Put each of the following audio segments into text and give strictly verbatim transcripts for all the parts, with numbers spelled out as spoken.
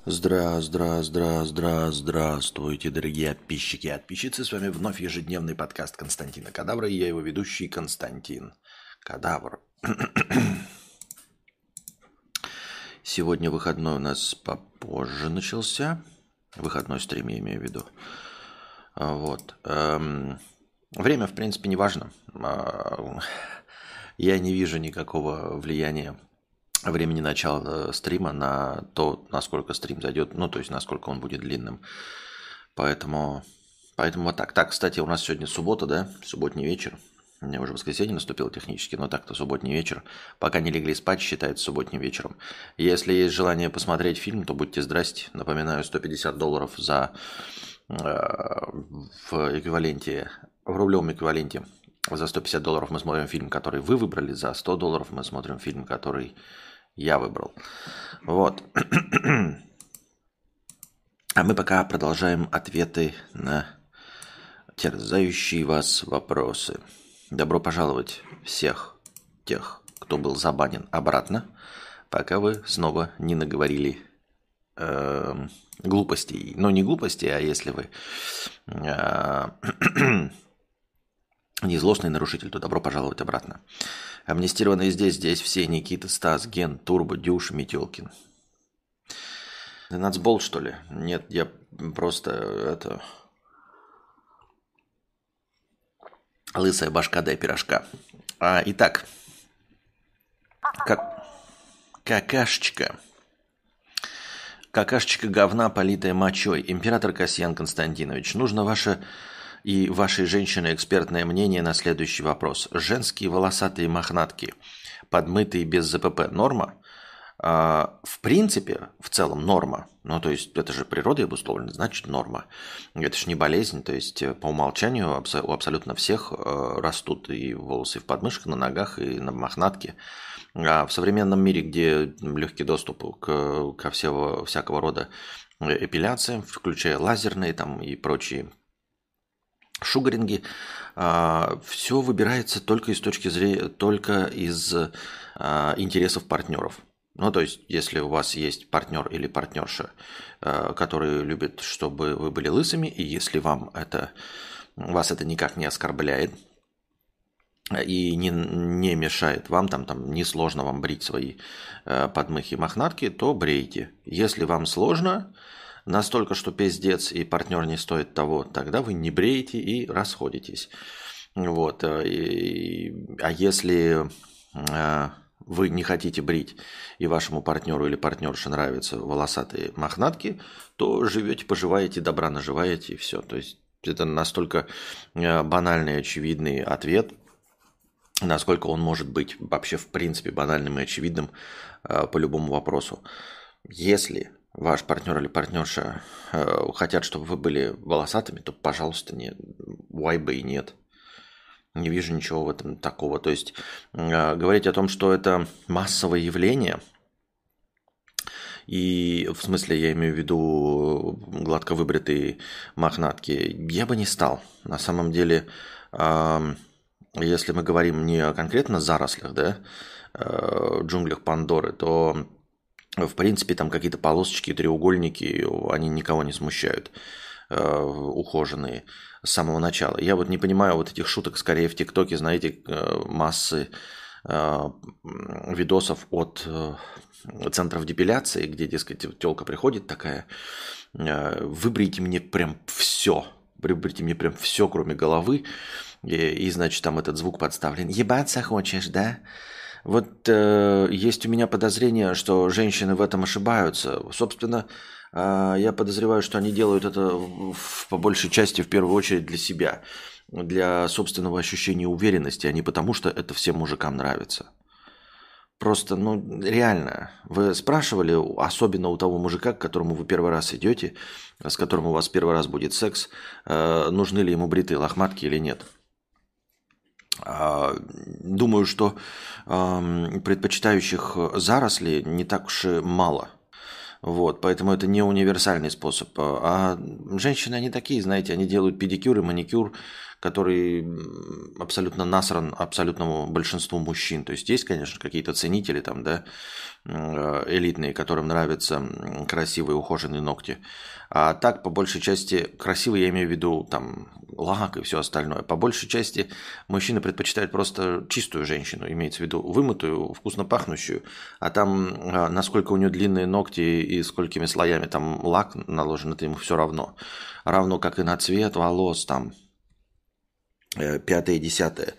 Здра, здра, здра, здра, здравствуйте, дорогие подписчики и подписчицы. С вами вновь ежедневный подкаст Константина Кадавра и я его ведущий Константин Кадавр. Сегодня выходной у нас попозже начался. Выходной стрим, я имею в виду. Вот. Эм, время, в принципе, не важно. Я не вижу никакого влияния времени начала стрима на то, насколько стрим зайдет, ну, то есть, насколько он будет длинным. Поэтому, поэтому вот так. Так, кстати, у нас сегодня суббота, да? Субботний вечер. У меня уже воскресенье наступило технически, но так-то субботний вечер. Пока не легли спать, считается субботним вечером. Если есть желание посмотреть фильм, то будьте здрасте. Напоминаю, сто пятьдесят долларов за э, в эквиваленте, в рублевом эквиваленте. За сто пятьдесят долларов мы смотрим фильм, который вы выбрали. За сто долларов мы смотрим фильм, который я выбрал. Вот. А мы пока продолжаем ответы на терзающие вас вопросы. Добро пожаловать всех тех, кто был забанен, обратно, пока вы снова не наговорили э, глупостей. Ну, не глупостей, а если вы э, не злостный нарушитель, то добро пожаловать обратно. Амнистированные здесь, здесь все: Никита, Стас, Ген, Турбо, Дюш, Метелкин. Ты нацбол, что ли? Нет, я просто это... Лысая башка, дай пирожка. А, итак, как... какашечка. Какашечка говна, политая мочой. Император Касьян Константинович, нужно ваше и вашей женщины экспертное мнение на следующий вопрос. Женские волосатые мохнатки, подмытые без ЗПП, норма? А, в принципе, в целом норма. Ну, то есть, это же природой обусловлено, значит норма. Это же не болезнь, то есть, по умолчанию у абсолютно всех растут и волосы в подмышках, на ногах, и на мохнатке. А в современном мире, где легкий доступ к, ко всего, всякого рода эпиляциям, включая лазерные там, и прочие шугаринги, все выбирается только из точки зрения, только из интересов партнеров. Ну, то есть, если у вас есть партнер или партнерша, который любит, чтобы вы были лысыми, и если вам это, вас это никак не оскорбляет и не, не мешает вам, там, там не сложно вам брить свои подмыхи, мохнатки, то брейте. Если вам сложно, настолько, что пиздец, и партнер не стоит того, тогда вы не бреете и расходитесь. Вот. И, а если вы не хотите брить, и вашему партнеру или партнерше нравятся волосатые мохнатки, то живете, поживаете, добра наживаете, и все. То есть это настолько банальный, очевидный ответ, насколько он может быть вообще в принципе банальным и очевидным по любому вопросу. Если ваш партнер или партнерша хотят, чтобы вы были волосатыми, то, пожалуйста, нет. Why бы и нет. Не вижу ничего в этом такого. То есть э, говорить о том, что это массовое явление, и в смысле я имею в виду гладко выбритые мохнатки, я бы не стал. На самом деле, э, если мы говорим не о конкретно зарослях, да, э, джунглях Пандоры, то в принципе там какие-то полосочки, треугольники, они никого не смущают, э, ухоженные с самого начала. Я вот не понимаю вот этих шуток, скорее в ТикТоке, знаете, массы э, видосов от э, центров депиляции, где, дескать, тёлка приходит такая: э, выбрите мне прям все, выбрите мне прям все, кроме головы, и, и значит, там этот звук подставлен. Ебаться хочешь, да? Вот э, есть у меня подозрение, что женщины в этом ошибаются. Собственно, я подозреваю, что они делают это в, по большей части в первую очередь для себя, для собственного ощущения уверенности, а не потому, что это всем мужикам нравится. Просто, ну, реально, вы спрашивали, особенно у того мужика, к которому вы первый раз идете, с которым у вас первый раз будет секс, нужны ли ему бритые лохматки или нет? Думаю, что предпочитающих заросли не так уж и мало. Вот, поэтому это не универсальный способ. А женщины, они такие, знаете, они делают педикюр и маникюр который абсолютно насран абсолютному большинству мужчин. То есть есть, конечно, какие-то ценители там, да, элитные, которым нравятся красивые ухоженные ногти. А так, по большей части, красивые я имею в виду там лак и все остальное. По большей части мужчины предпочитают просто чистую женщину, имеется в виду вымытую, вкусно пахнущую. А там, насколько у нее длинные ногти и сколькими слоями там лак наложен, это ему все равно. Равно как и на цвет волос там, пятое, десятое.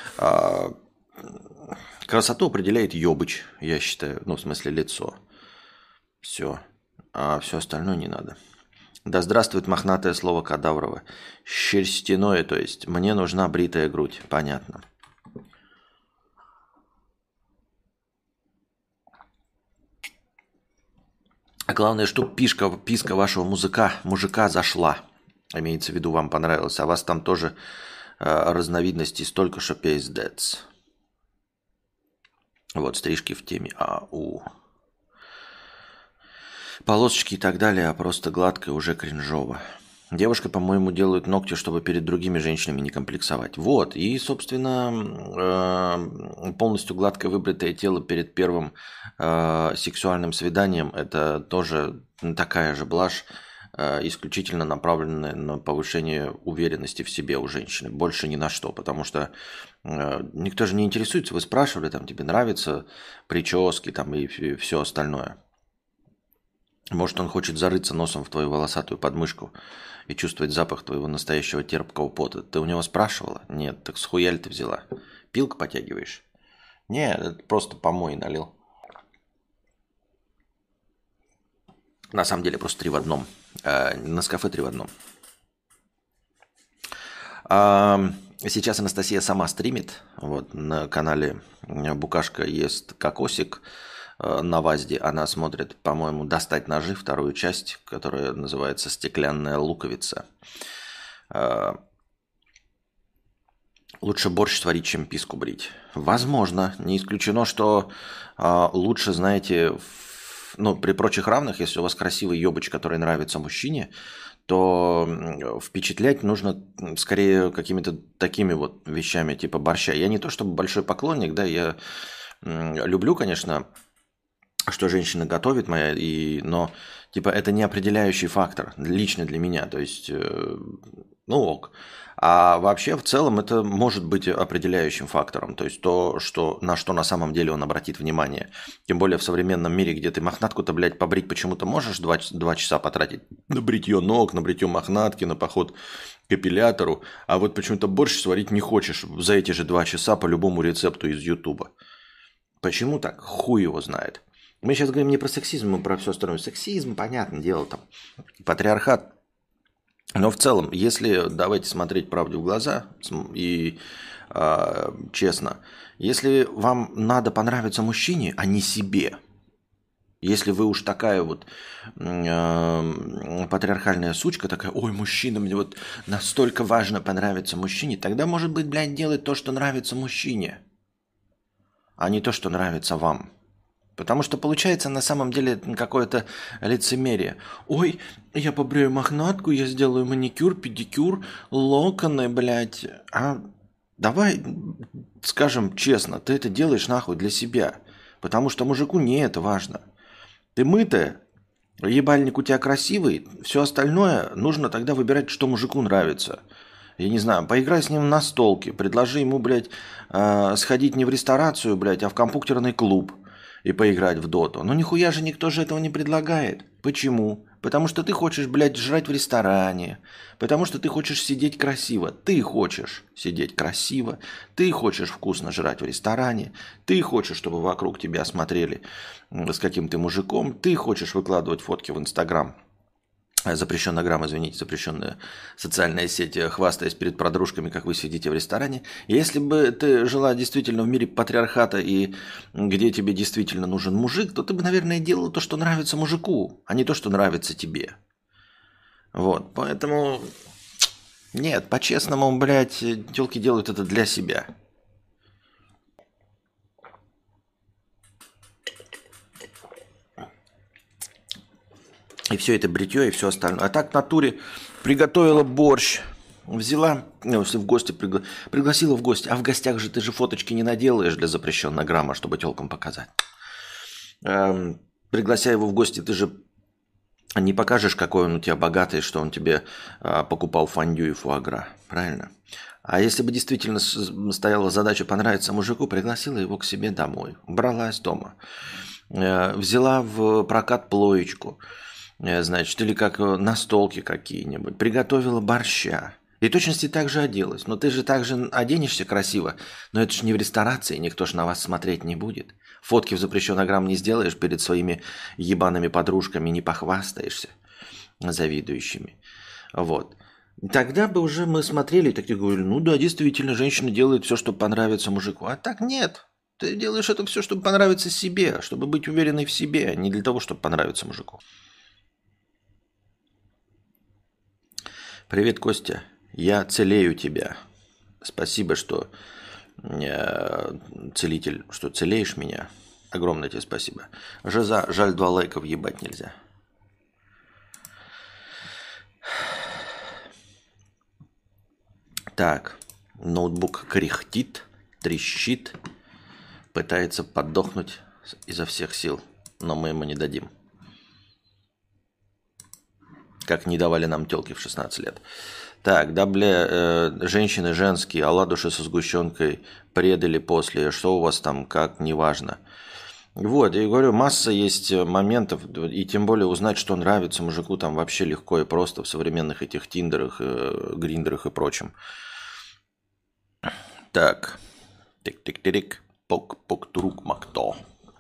Красоту определяет ёбыч, я считаю. Ну, в смысле, лицо. Все. А все остальное не надо. Да здравствует мохнатое слово кадаврово. Шерстяное, то есть. Мне нужна бритая грудь. Понятно. А главное, что пишка, писка вашего музыка, мужика зашла. Имеется в виду, вам понравилось. А вас там тоже э, разновидностей столько, что пиздец. Вот, стрижки в теме. Ау. Полосочки и так далее, а просто гладко уже кринжово. Девушка, по-моему, делают ногти, чтобы перед другими женщинами не комплексовать. Вот, и, собственно, полностью гладко выбритое тело перед первым сексуальным свиданием – это тоже такая же блажь, исключительно направленная на повышение уверенности в себе у женщины. Больше ни на что, потому что никто же не интересуется. Вы спрашивали, там, тебе нравятся прически там, и все остальное. Может, он хочет зарыться носом в твою волосатую подмышку и чувствовать запах твоего настоящего терпкого пота. Ты у него спрашивала? Нет. Так схуя ли ты взяла? Пилку потягиваешь? Нет, это просто помой налил. На самом деле просто три в одном. На кафе три в одном. Сейчас Анастасия сама стримит. Вот на канале Букашка ест кокосик. На ВАЗде она смотрит, по-моему, «Достать ножи», вторую часть, которая называется «Стеклянная луковица». Лучше борщ сварить, чем писку брить. Возможно. Не исключено, что лучше, знаете, ну, при прочих равных, если у вас красивый ёбыч, который нравится мужчине, то впечатлять нужно скорее какими-то такими вот вещами, типа борща. Я не то чтобы большой поклонник, да, я люблю, конечно, что женщина готовит моя, и, но типа это не определяющий фактор лично для меня, то есть, э, ну ок. А вообще в целом это может быть определяющим фактором, то есть то, что, на что на самом деле он обратит внимание. Тем более в современном мире, где ты мохнатку-то, блядь, побрить почему-то можешь два, два часа потратить на бритье ног, на бритье мохнатки, на поход к эпилятору, а вот почему-то борщ сварить не хочешь за эти же два часа по любому рецепту из Ютуба. Почему так? Хуй его знает. Мы сейчас говорим не про сексизм, мы про все остальное. Сексизм, понятное дело, там, патриархат. Но в целом, если, давайте смотреть правде в глаза и э, честно, если вам надо понравиться мужчине, а не себе, если вы уж такая вот э, патриархальная сучка, такая, ой, мужчина, мне вот настолько важно понравиться мужчине, тогда, может быть, блядь, делать то, что нравится мужчине, а не то, что нравится вам. Потому что получается на самом деле какое-то лицемерие. Ой, я побрею мохнатку, я сделаю маникюр, педикюр, локоны, блядь. А давай скажем честно, ты это делаешь нахуй для себя. Потому что мужику не это важно. Ты мытая, ебальник у тебя красивый, все остальное нужно тогда выбирать, что мужику нравится. Я не знаю, поиграй с ним в настолки, предложи ему, блядь, сходить не в ресторацию, блядь, а в компьютерный клуб. И поиграть в доту. Но нихуя же никто же этого не предлагает. Почему? Потому что ты хочешь, блядь, жрать в ресторане. Потому что ты хочешь сидеть красиво. Ты хочешь сидеть красиво. Ты хочешь вкусно жрать в ресторане. Ты хочешь, чтобы вокруг тебя смотрели с каким ты мужиком. Ты хочешь выкладывать фотки в Инстаграм. Запрещенная грамм, извините, запрещенная социальная сеть, хвастаясь перед подружками, как вы сидите в ресторане. Если бы ты жила действительно в мире патриархата и где тебе действительно нужен мужик, то ты бы, наверное, делала то, что нравится мужику, а не то, что нравится тебе. Вот, поэтому нет, по-честному, блядь, тёлки делают это для себя. И все это бритье, и все остальное. А так в натуре приготовила борщ. Взяла, ну, если в гости пригла... пригласила в гости, а в гостях же ты же фоточки не наделаешь для запрещенного грамма, чтобы телкам показать. Эм, приглася его в гости, ты же не покажешь, какой он у тебя богатый, что он тебе э, покупал фондю и фуагра, правильно? А если бы действительно стояла задача понравиться мужику, пригласила его к себе домой, убралась дома, э, взяла в прокат плоечку, э, значит, или как настолки какие-нибудь, приготовила борща. И точности так же оделась. Но ты же так же оденешься красиво. Но это же не в ресторации, никто ж на вас смотреть не будет. Фотки в запрещенный грамм не сделаешь перед своими ебаными подружками, не похвастаешься завидующими. Вот. Тогда бы уже мы смотрели и такие говорили, ну да, действительно, женщина делает все, чтобы понравиться мужику. А так нет. Ты делаешь это все, чтобы понравиться себе, чтобы быть уверенной в себе, а не для того, чтобы понравиться мужику. Привет, Костя. Я целею тебя. Спасибо, что э, целитель, что целеешь меня. Огромное тебе спасибо. Жиза, жаль, два лайка въебать нельзя. Так, ноутбук кряхтит, трещит, пытается поддохнуть изо всех сил, но мы ему не дадим. Как не давали нам телки в шестнадцать лет. Так, да, бля, э, женщины женские, оладуши со сгущенкой предали после. Что у вас там, как, неважно. Вот, я говорю, масса есть моментов, и тем более узнать, что нравится мужику, там вообще легко и просто в современных этих тиндерах, э, гриндерах и прочем. Так, тик-тик-тик, пок-пок-турук-макто.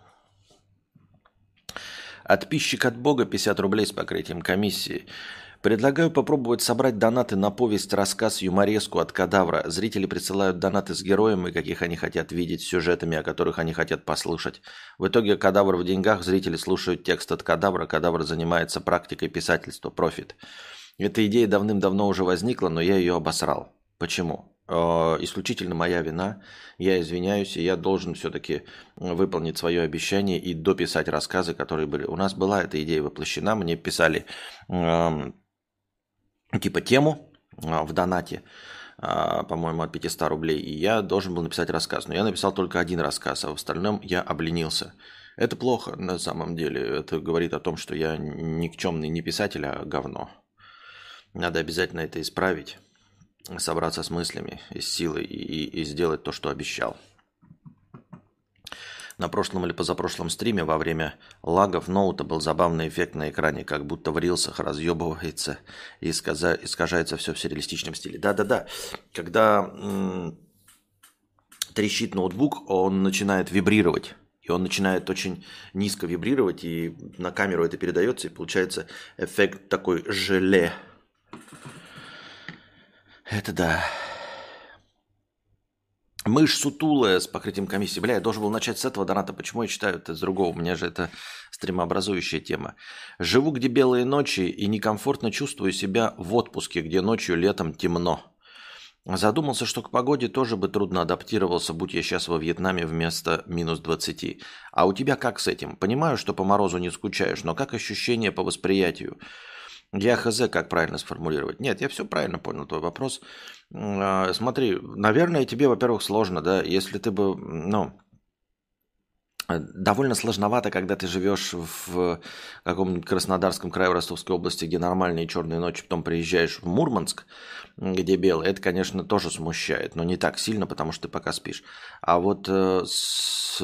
Подписчик от Бога, пятьдесят рублей с покрытием комиссии. Предлагаю попробовать собрать донаты на повесть, рассказ, юмореску от Кадавра. Зрители присылают донаты с героями, каких они хотят видеть, с сюжетами, о которых они хотят послушать. В итоге Кадавр в деньгах, зрители слушают текст от Кадавра, Кадавр занимается практикой писательства, профит. Эта идея давным-давно уже возникла, но я ее обосрал. Почему? Э, исключительно моя вина. Я извиняюсь, и я должен все-таки выполнить свое обещание и дописать рассказы, которые были. У нас была эта идея воплощена, мне писали... Э, типа тему а, в донате, а, по-моему, от пятьсот рублей, и я должен был написать рассказ. Но я написал только один рассказ, а в остальном я обленился. Это плохо на самом деле. Это говорит о том, что я никчемный не писатель, а говно. Надо обязательно это исправить, собраться с мыслями и с силой и, и, и сделать то, что обещал. На прошлом или позапрошлом стриме во время лагов ноута был забавный эффект на экране, как будто в рилсах разъебывается и исказа- искажается все в сюрреалистичном стиле. Да-да-да, когда м- трещит ноутбук, он начинает вибрировать. И он начинает очень низко вибрировать, и на камеру это передается, и получается эффект такой желе. Это да. Мышь сутулая с покрытием комиссии. Бля, я должен был начать с этого доната. Почему я читаю это с другого? У меня же это стримообразующая тема. Живу, где белые ночи, и некомфортно чувствую себя в отпуске, где ночью, летом темно. Задумался, что к погоде тоже бы трудно адаптировался, будь я сейчас во Вьетнаме вместо минус двадцати. А у тебя как с этим? Понимаю, что по морозу не скучаешь, но как ощущение по восприятию? Я хз, как правильно сформулировать. Нет, я все правильно понял твой вопрос. А, смотри, наверное, тебе, во-первых, сложно, да, если ты бы, ну, довольно сложновато, когда ты живешь в каком-нибудь Краснодарском крае, в Ростовской области, где нормальные черные ночи, потом приезжаешь в Мурманск, где белые, это, конечно, тоже смущает, но не так сильно, потому что ты пока спишь. А вот э, с...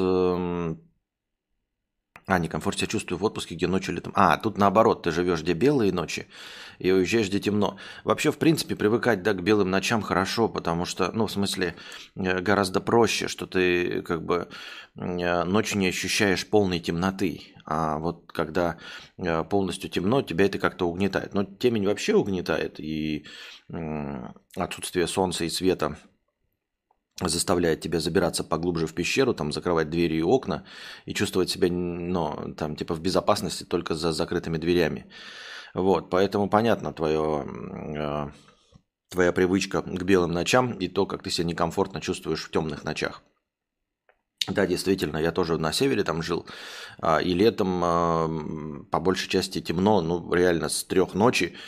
А, некомфорт себя чувствую в отпуске, где ночью летом. А, тут наоборот, ты живешь, где белые ночи, и уезжаешь, где темно. Вообще, в принципе, привыкать, да, к белым ночам хорошо, потому что, ну, в смысле, э, гораздо проще, что ты как бы э, ночью не ощущаешь полной темноты. А вот когда э, полностью темно, тебя это как-то угнетает. Но темень вообще угнетает, и э, отсутствие солнца и света заставляет тебя забираться поглубже в пещеру, там закрывать двери и окна и чувствовать себя, ну, там, типа в безопасности только за закрытыми дверями. Вот, поэтому понятно твое, э, твоя привычка к белым ночам и то, как ты себя некомфортно чувствуешь в темных ночах. Да, действительно, я тоже на севере там жил, а, и летом а, по большей части темно, ну, реально с трех ночи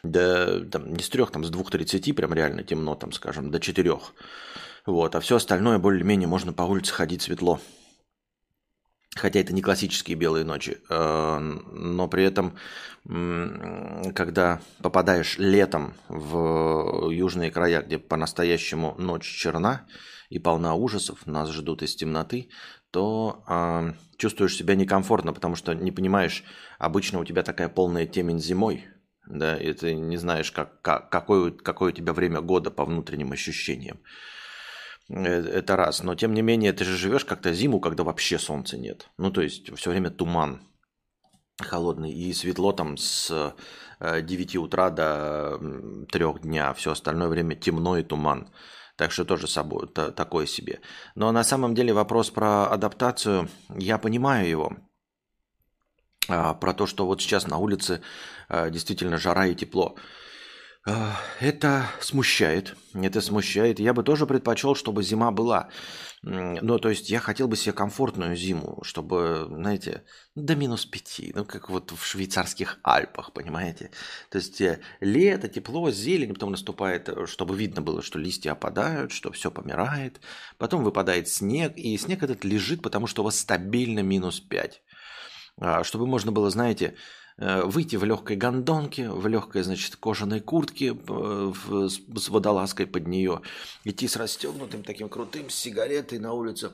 до, там, не с трех, там, с двух тридцати прям реально темно, там, скажем, до четырех. Вот, а все остальное более-менее можно по улице ходить светло. Хотя это не классические белые ночи, э, но при этом, когда попадаешь летом в южные края, где по-настоящему ночь черна и полна ужасов, нас ждут из темноты, то э, чувствуешь себя некомфортно, потому что не понимаешь, обычно у тебя такая полная темень зимой, да, и ты не знаешь, как, как, какое, какое у тебя время года по внутренним ощущениям. Это раз. Но тем не менее, ты же живешь как-то зиму, когда вообще солнца нет. Ну, то есть все время туман холодный. И светло там с девяти утра до трёх дня. Все остальное время темно и туман. Так что тоже собой, та, такое себе. Но на самом деле вопрос про адаптацию, я понимаю его. А, про то, что вот сейчас на улице а, действительно жара и тепло. Это смущает, это смущает. Я бы тоже предпочел, чтобы зима была. Ну, то есть я хотел бы себе комфортную зиму, чтобы, знаете, до минус пяти, ну, как вот в швейцарских Альпах, понимаете? То есть э, лето, тепло, зелень, потом наступает, э, чтобы видно было, что листья опадают, что все помирает. Потом выпадает снег, и снег этот лежит, потому что у вас стабильно минус пять. А, Чтобы можно было, знаете, э, выйти в легкой гондонке, в легкой, значит, кожаной куртке э, в- с с водолазкой под нее, идти с расстегнутым таким крутым, с сигаретой на улице,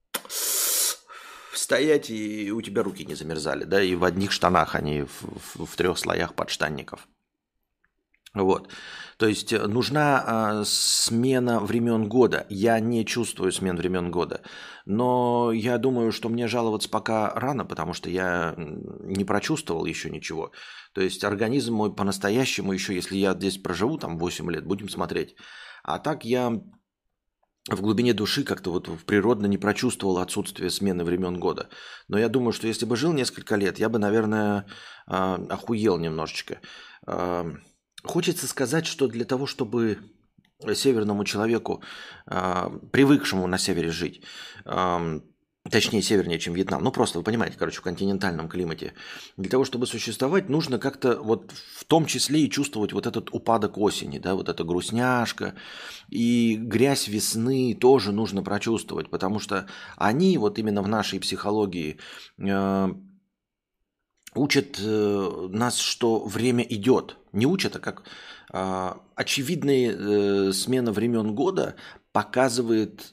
стоять, и у тебя руки не замерзали, да, и в одних штанах, они в, в- в трех слоях подштанников. Вот. То есть э, нужна а, смена времен года. Я не чувствую смен времен года. Но я думаю, что мне жаловаться пока рано, потому что я м, не прочувствовал еще ничего. То есть организм мой по-настоящему еще, если я здесь проживу там восемь лет, будем смотреть. А так я в глубине души как-то вот в природно не прочувствовал отсутствие смены времен года. Но я думаю, что если бы жил несколько лет, я бы, наверное, а, охуел немножечко. А, Хочется сказать, что для того, чтобы северному человеку, а, привыкшему на севере жить, ам, точнее севернее, чем Вьетнам, ну просто вы понимаете, короче, в континентальном климате, для того, чтобы существовать, нужно как-то вот в том числе и чувствовать вот этот упадок осени, да, вот эта грустняшка, и грязь весны тоже нужно прочувствовать, потому что они вот именно в нашей психологии э, учат э, нас, что время идет. Не учат, а как э, очевидная э, смена времен года показывает,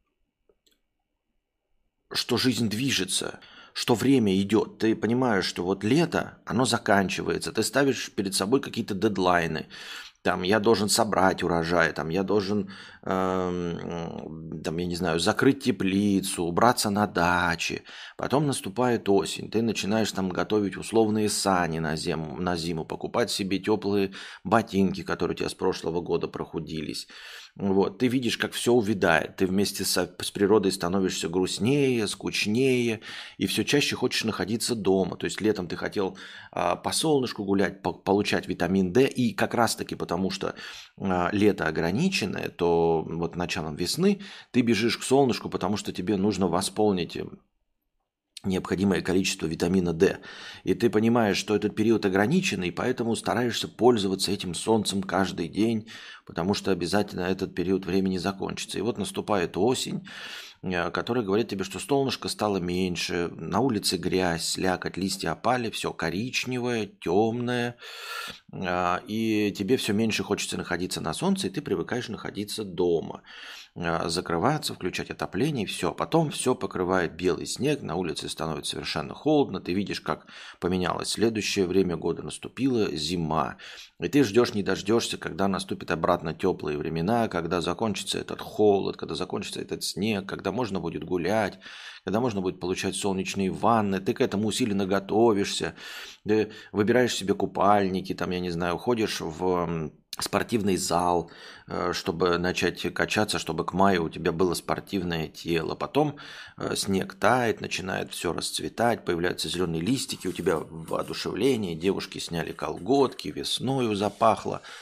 что жизнь движется, что время идет. Ты понимаешь, что вот лето, оно заканчивается. Ты ставишь перед собой какие-то дедлайны. Там я должен собрать урожай, там я должен, эм, там, я не знаю, закрыть теплицу, убраться на даче. Потом наступает осень, ты начинаешь там готовить условные сани на зиму, на зиму, покупать себе теплые ботинки, которые у тебя с прошлого года прохудились. Вот, ты видишь, как все увядает, ты вместе со- с природой становишься грустнее, скучнее, и все чаще хочешь находиться дома. То есть летом ты хотел а, по солнышку гулять, по- получать витамин D, и как раз-таки потому, что а, лето ограниченное, то вот началом весны ты бежишь к солнышку, потому что тебе нужно восполнить э, необходимое количество витамина D. И ты понимаешь, что этот период ограниченный, поэтому стараешься пользоваться этим солнцем каждый день, потому что обязательно этот период времени закончится. И вот наступает осень, э, которая говорит тебе, что солнышко стало меньше, на улице грязь, слякоть, листья опали, все коричневое, темное, а, и тебе все меньше хочется находиться на солнце, и ты привыкаешь находиться дома, а, закрываться, включать отопление, и все. Потом все покрывает белый снег, на улице становится совершенно холодно, ты видишь, как поменялось следующее время года, наступила зима, и ты ждешь, не дождешься, когда наступит обратно теплые времена, когда закончится этот холод, когда закончится этот снег, когда можно будет гулять, когда можно будет получать солнечные ванны, ты к этому усиленно готовишься, ты выбираешь себе купальники, там, я не знаю, ходишь в м, спортивный зал, э, чтобы начать качаться, чтобы к маю у тебя было спортивное тело. Потом э, снег тает, начинает все расцветать, появляются зеленые листики, у тебя воодушевление, девушки сняли колготки, весною запахло.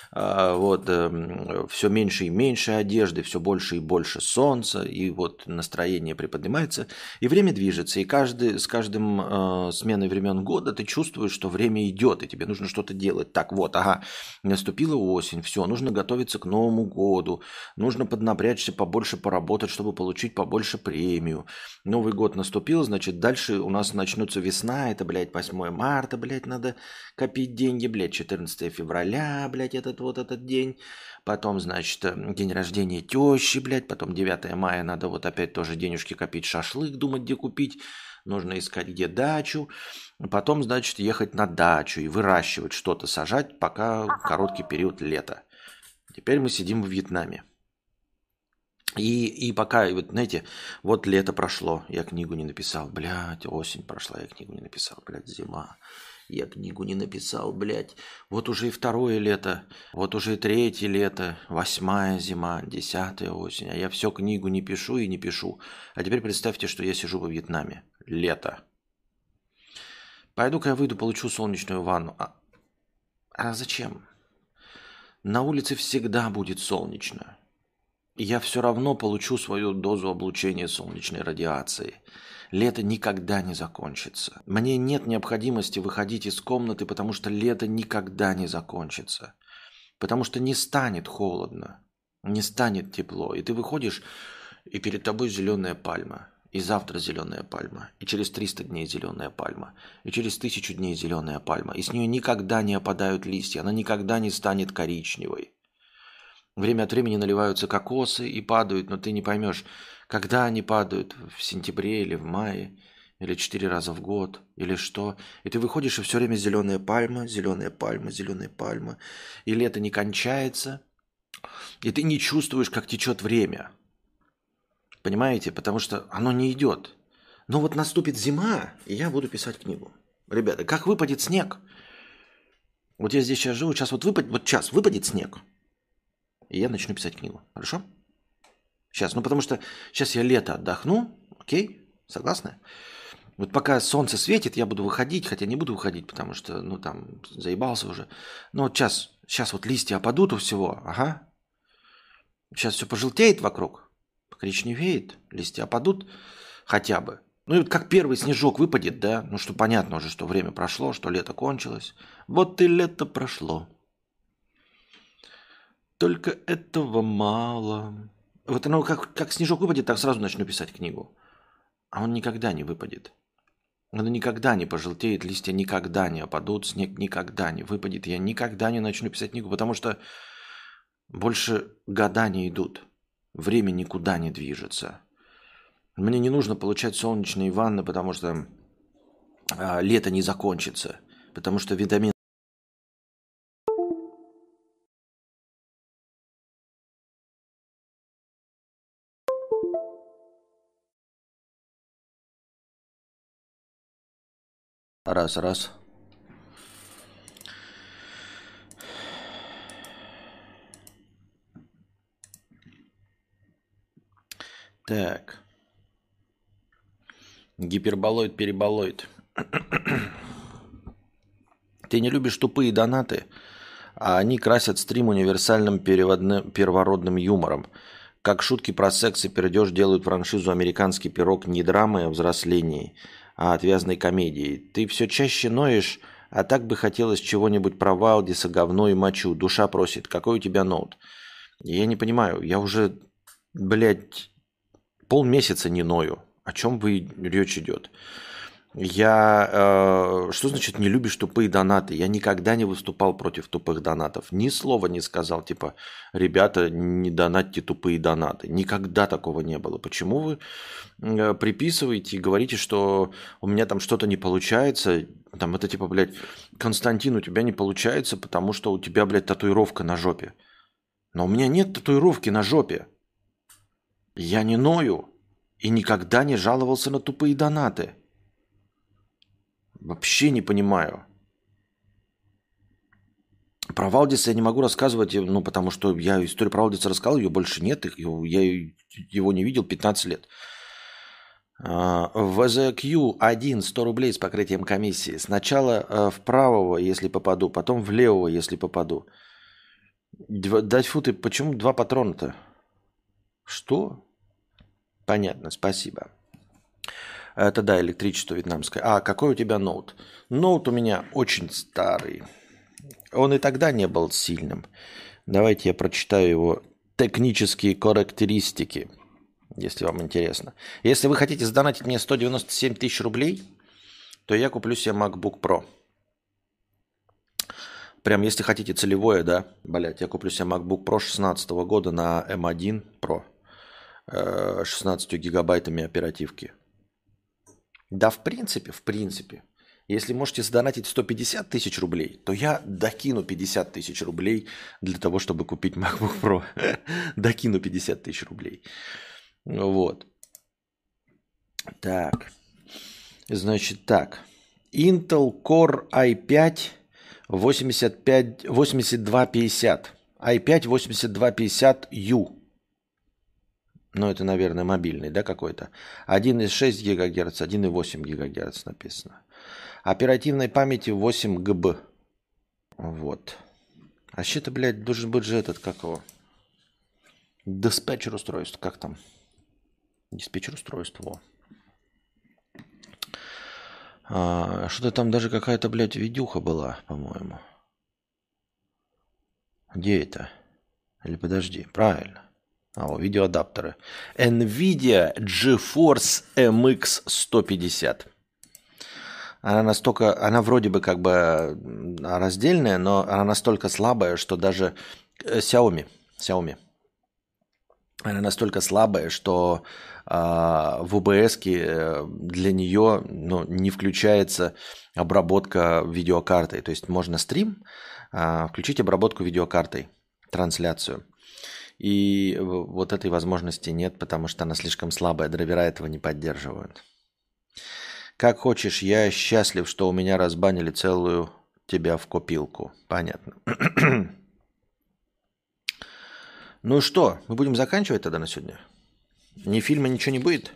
а, вот, все меньше и меньше одежды, все больше и больше солнца, и вот настроение приподнимается, и время движется, и каждый, с каждым э, сменой времен года ты чувствуешь, что время идет, и тебе нужно что-то делать. Так вот, ага, наступила осень, все, нужно готовиться к Новому году, нужно поднапрячься, побольше поработать, чтобы получить побольше премию. Новый год наступил, значит, дальше у нас начнется весна, это, блядь, восьмое марта, блядь, надо копить деньги, блядь, четырнадцатое февраля, блядь, этот вот этот день. Потом, значит, день рождения тещи, блядь, потом девятое мая надо вот опять тоже денежки копить, шашлык, думать, где купить. Нужно искать, где дачу. Потом, значит, ехать на дачу и выращивать что-то, сажать, пока короткий период лета. Теперь мы сидим в Вьетнаме. И, и пока, и вот, знаете, вот лето прошло, я книгу не написал, блядь, осень прошла, я книгу не написал, блядь, зима, я книгу не написал, блядь, вот уже и второе лето, вот уже и третье лето, восьмая зима, десятая осень, а я все книгу не пишу и не пишу. А теперь представьте, что я сижу во Вьетнаме, лето. Пойду-ка я выйду, получу солнечную ванну. А, а зачем? На улице всегда будет солнечно. Я все равно получу свою дозу облучения солнечной радиации. Лето никогда не закончится. Мне нет необходимости выходить из комнаты, потому что лето никогда не закончится. Потому что не станет холодно, не станет тепло. И ты выходишь, и перед тобой зеленая пальма. И завтра зеленая пальма. И через триста дней зеленая пальма. И через тысячу дней зеленая пальма. И с нее никогда не опадают листья. Она никогда не станет коричневой. Время от времени наливаются кокосы и падают, но ты не поймешь, когда они падают, в сентябре или в мае, или четыре раза в год, или что. И ты выходишь, и все время зеленая пальма, зеленая пальма, зеленая пальма. И лето не кончается, и ты не чувствуешь, как течет время. Понимаете? Потому что оно не идет. Но вот наступит зима, и я буду писать книгу. Ребята, как выпадет снег? Вот я здесь сейчас живу, сейчас вот выпадет, вот сейчас выпадет снег. И я начну писать книгу. Хорошо? Сейчас. Ну, потому что сейчас я лето отдохну. Окей? Согласны? Вот пока солнце светит, я буду выходить. Хотя не буду выходить, потому что, ну, там, заебался уже. Но вот сейчас, сейчас вот листья опадут у всего. Ага. Сейчас все пожелтеет вокруг. Покоричневеет. Листья опадут хотя бы. Ну, и вот как первый снежок выпадет, да? Ну, что понятно уже, что время прошло, что лето кончилось. Вот и лето прошло. Только этого мало. Вот оно как, как снежок выпадет, так сразу начну писать книгу. А он никогда не выпадет. Он никогда не пожелтеет, листья никогда не опадут, снег никогда не выпадет. Я никогда не начну писать книгу, потому что больше года не идут. Время никуда не движется. Мне не нужно получать солнечные ванны, потому что а, лето не закончится. Потому что витамин Раз, раз. Так. Гиперболоид, переболоид. Ты не любишь тупые донаты, а они красят стрим универсальным переводным, первородным юмором. Как шутки про секс и пердеж делают франшизу «Американский пирог» не драмой о взрослении, а отвязной комедией. Ты все чаще ноешь, а так бы хотелось чего-нибудь про Валдиса, говно и мочу. Душа просит. Какой у тебя ноут? Я не понимаю. Я уже, блядь, полмесяца не ною. О чем вы речь идет? Я... Э, что значит не любишь тупые донаты? Я никогда не выступал против тупых донатов. Ни слова не сказал, типа, ребята, не донатьте тупые донаты. Никогда такого не было. Почему вы э, приписываете и говорите, что у меня там что-то не получается? Там это типа, блядь, Константин, у тебя не получается, потому что у тебя, блядь, татуировка на жопе. Но у меня нет татуировки на жопе. Я не ною и никогда не жаловался на тупые донаты. Вообще не понимаю. Про Валдиса я не могу рассказывать, ну, потому что я историю про Валдиса рассказал, ее больше нет, я его не видел пятнадцать лет. вэ зэ кью один, сто рублей с покрытием комиссии. Сначала в правого, если попаду, потом в левого, если попаду. Два, да фу ты, почему два патрона-то? Что? Понятно, спасибо. Это да, электричество вьетнамское. А, какой у тебя ноут? Ноут у меня очень старый. Он и тогда не был сильным. Давайте я прочитаю его технические характеристики, если вам интересно. Если вы хотите сдонатить мне сто девяносто семь тысяч рублей, то я куплю себе MacBook Pro. Прям если хотите целевое, да, блять, я куплю себе MacBook Pro шестнадцатого года на эм один Pro э, шестнадцатью гигабайтами оперативки. Да, в принципе, в принципе. Если можете сдонатить сто пятьдесят тысяч рублей, то я докину пятьдесят тысяч рублей для того, чтобы купить MacBook Pro. Докину пятьдесят тысяч рублей. Вот. Так. Значит так. Intel Core ай пять восемьдесят пять, восемьдесят два пятьдесят. ай пять восемьдесят два пятьдесят ю. Ну, это, наверное, мобильный, да, какой-то. один и шесть гигагерц, один и восемь гигагерц написано. Оперативной памяти восемь гигабайт. Вот. А что-то, блядь, должен быть же этот, как его? Диспетчер устройств, как там? Диспетчер устройства. А, что-то там даже какая-то, блядь, видюха была, по-моему. Где это? Или подожди, правильно. А, о, видеоадаптеры. NVIDIA GeForce эм икс сто пятьдесят. Она настолько, она вроде бы как бы раздельная, но она настолько слабая, что даже Xiaomi, Xiaomi, она настолько слабая, что а, в о бэ эс для нее ну, не включается обработка видеокартой. То есть можно стрим а, включить обработку видеокартой, трансляцию. И вот этой возможности нет, потому что она слишком слабая, драйвера этого не поддерживают. Как хочешь, я счастлив, что у меня разбанили целую тебя в копилку. Понятно. Ну что, мы будем заканчивать тогда на сегодня? Ни фильма, ничего не будет?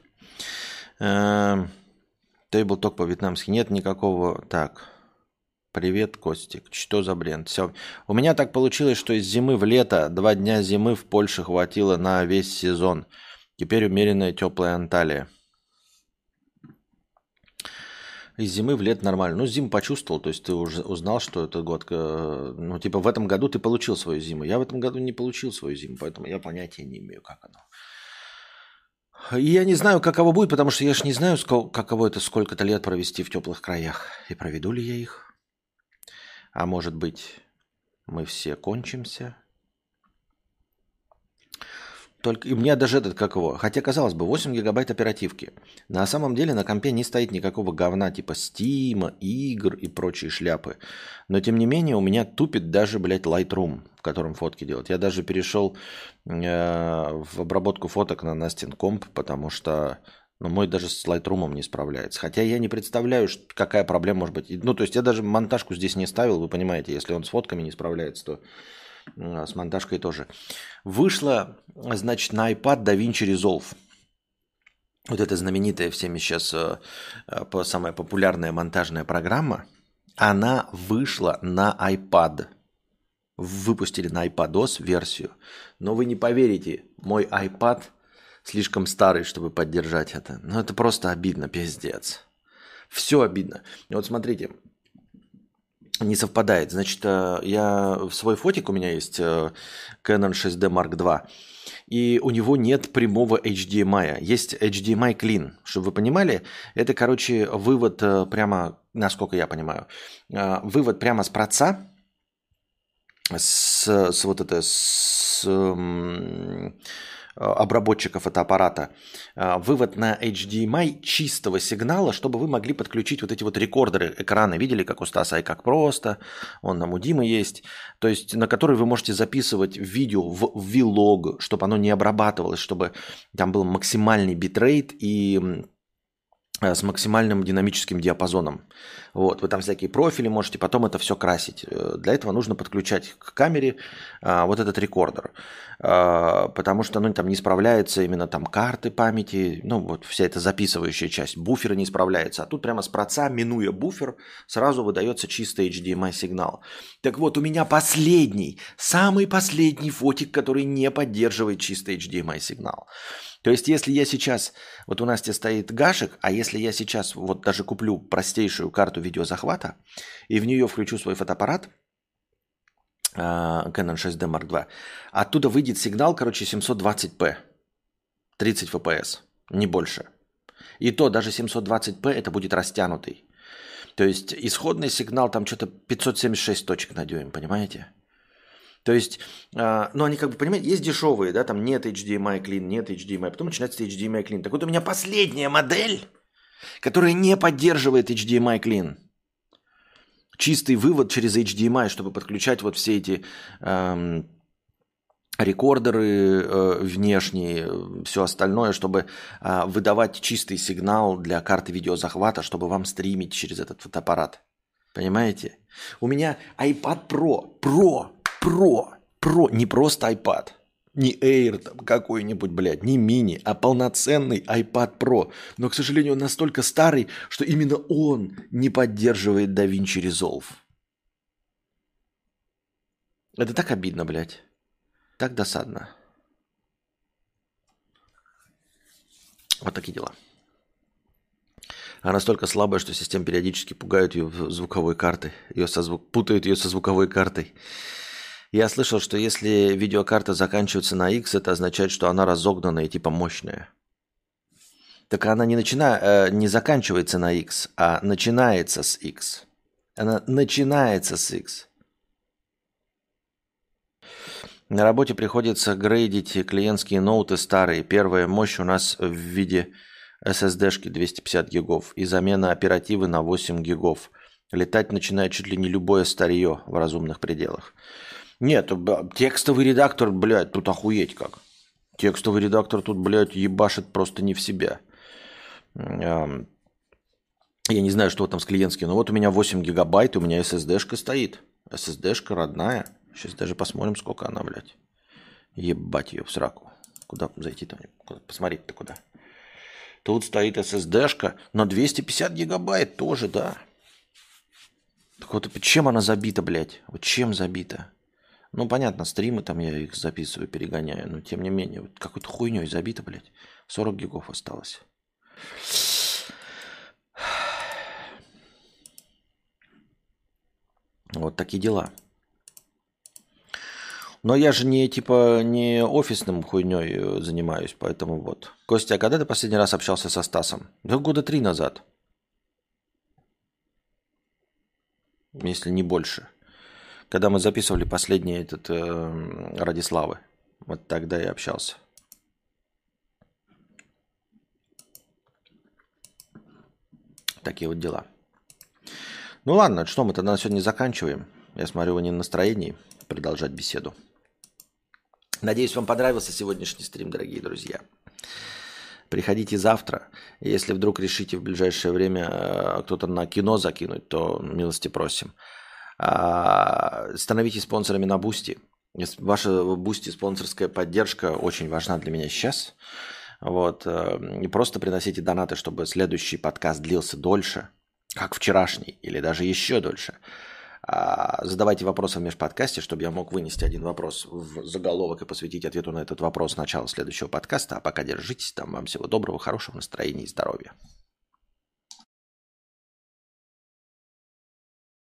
Тейбл-ток по-вьетнамски. Нет никакого... Так, привет, Костик. Что за бренд? Все. У меня так получилось, что из зимы в лето два дня зимы в Польше хватило на весь сезон. Теперь умеренная теплая Анталия. Из зимы в лето нормально. Ну, зиму почувствовал, то есть ты уже узнал, что это год... Ну, типа в этом году ты получил свою зиму. Я в этом году не получил свою зиму, поэтому я понятия не имею, как оно. И я не знаю, каково будет, потому что я же не знаю, каково это сколько-то лет провести в теплых краях. И проведу ли я их? А может быть, мы все кончимся? Только и у меня даже этот, как его, хотя, казалось бы, восемь гигабайт оперативки. На самом деле на компе не стоит никакого говна типа Steam, игр и прочие шляпы. Но, тем не менее, у меня тупит даже, блядь, Lightroom, в котором фотки делать. Я даже перешел э, в обработку фоток на Настин комп, потому что ну, мой даже с Lightroom не справляется. Хотя я не представляю, какая проблема может быть. Ну, то есть я даже монтажку здесь не ставил, вы понимаете, если он с фотками не справляется, то... С монтажкой тоже. Вышла, значит, на iPad DaVinci Resolve. Вот эта знаменитая всеми сейчас самая популярная монтажная программа. Она вышла на iPad. Выпустили на iPadOS версию. Но вы не поверите, мой iPad слишком старый, чтобы поддержать это. Ну, это просто обидно, пиздец. Все обидно. Вот смотрите. Не совпадает. Значит, я в свой фотик у меня есть Canon шесть ди Mark два, и у него нет прямого эйч ди эм ай. Есть эйч ди эм ай Clean. Чтобы вы понимали, это, короче, вывод прямо, насколько я понимаю, вывод прямо с проца, с, с вот это, с обработчика фотоаппарата, вывод на эйч ди эм ай чистого сигнала, чтобы вы могли подключить вот эти вот рекордеры экрана. Видели, как у Стаса и как просто, он там у Димы есть, то есть на который вы можете записывать видео в Vlog, чтобы оно не обрабатывалось, чтобы там был максимальный битрейт и с максимальным динамическим диапазоном. Вот, вы там всякие профили можете потом это все красить. Для этого нужно подключать к камере а, вот этот рекордер. А, потому что ну, там не справляется именно там карты памяти, ну вот вся эта записывающая часть, буфера не справляется. А тут прямо с проца, минуя буфер, сразу выдается чистый эйч ди эм ай сигнал. Так вот, у меня последний, самый последний фотик, который не поддерживает чистый эйч ди эм ай сигнал. То есть, если я сейчас, вот у Насти стоит гашек, а если я сейчас вот даже куплю простейшую карту видеозахвата и в нее включу свой фотоаппарат Canon шесть ди Mark два, оттуда выйдет сигнал, короче, семьсот двадцать пэ, тридцать эф пи эс, не больше. И то даже семьсот двадцать пэ это будет растянутый. То есть, исходный сигнал там что-то пятьсот семьдесят шесть точек на дюйм, понимаете? То есть, э, ну они как бы, понимаете, есть дешевые, да, там нет эйч ди эм ай clean, нет эйч ди эм ай, потом начинается эйч ди эм ай clean. Так вот у меня последняя модель, которая не поддерживает эйч ди эм ай clean. Чистый вывод через эйч ди эм ай, чтобы подключать вот все эти эм, рекордеры э, внешние, все остальное, чтобы э, выдавать чистый сигнал для карты видеозахвата, чтобы вам стримить через этот фотоаппарат. Понимаете? У меня iPad Pro, Pro, Pro, Pro, не просто iPad, не Air там какой-нибудь, блядь, не мини, а полноценный iPad Pro. Но, к сожалению, он настолько старый, что именно он не поддерживает DaVinci Resolve. Это так обидно, блядь. Так досадно. Вот такие дела. Она настолько слабая, что система периодически пугает ее звуковой картой. Ее со звук... Путают ее со звуковой картой. Я слышал, что если видеокарта заканчивается на X, это означает, что она разогнанная и типа мощная. Так она не, начина... э, не заканчивается на X, а начинается с X. Она начинается с X. На работе приходится грейдить клиентские ноуты старые. Первая мощь у нас в виде эс эс ди-шки двести пятьдесят гигов и замена оперативы на восемь гигов. Летать начинает чуть ли не любое старье в разумных пределах. Нет, текстовый редактор, блядь, тут охуеть как. Текстовый редактор тут, блядь, ебашит просто не в себя. Я не знаю, что там с клиентским, но вот у меня восемь гигабайт, у меня эс эс ди-шка стоит. эс эс ди-шка родная. Сейчас даже посмотрим, сколько она, блядь. Ебать ее в сраку. Куда зайти-то? Посмотреть-то куда. Тут стоит эс эс ди-шка на двести пятьдесят гигабайт тоже, да. Так вот, чем она забита, блядь? Вот чем забита? Ну, понятно, стримы там я их записываю, перегоняю, но тем не менее, вот какой-то хуйней забита, блядь. сорок гигов осталось. Вот такие дела. Но я же не, типа, не офисным хуйней занимаюсь, поэтому вот. Костя, а когда ты последний раз общался со Стасом? Да года три назад. Если не больше. Когда мы записывали последний этот э, ради славы. Вот тогда я общался. Такие вот дела. Ну ладно, что мы тогда на сегодня заканчиваем. Я смотрю, вы не в настроении продолжать беседу. Надеюсь, вам понравился сегодняшний стрим, дорогие друзья. Приходите завтра. Если вдруг решите в ближайшее время кто-то на кино закинуть, то милости просим. Становитесь спонсорами на Бусти. Ваша Бусти спонсорская поддержка очень важна для меня сейчас. Вот. И просто приносите донаты, чтобы следующий подкаст длился дольше, как вчерашний, или даже еще дольше. Задавайте вопросы в межподкасте, чтобы я мог вынести один вопрос в заголовок и посвятить ответу на этот вопрос начала следующего подкаста. А пока держитесь там. Вам всего доброго, хорошего настроения и здоровья.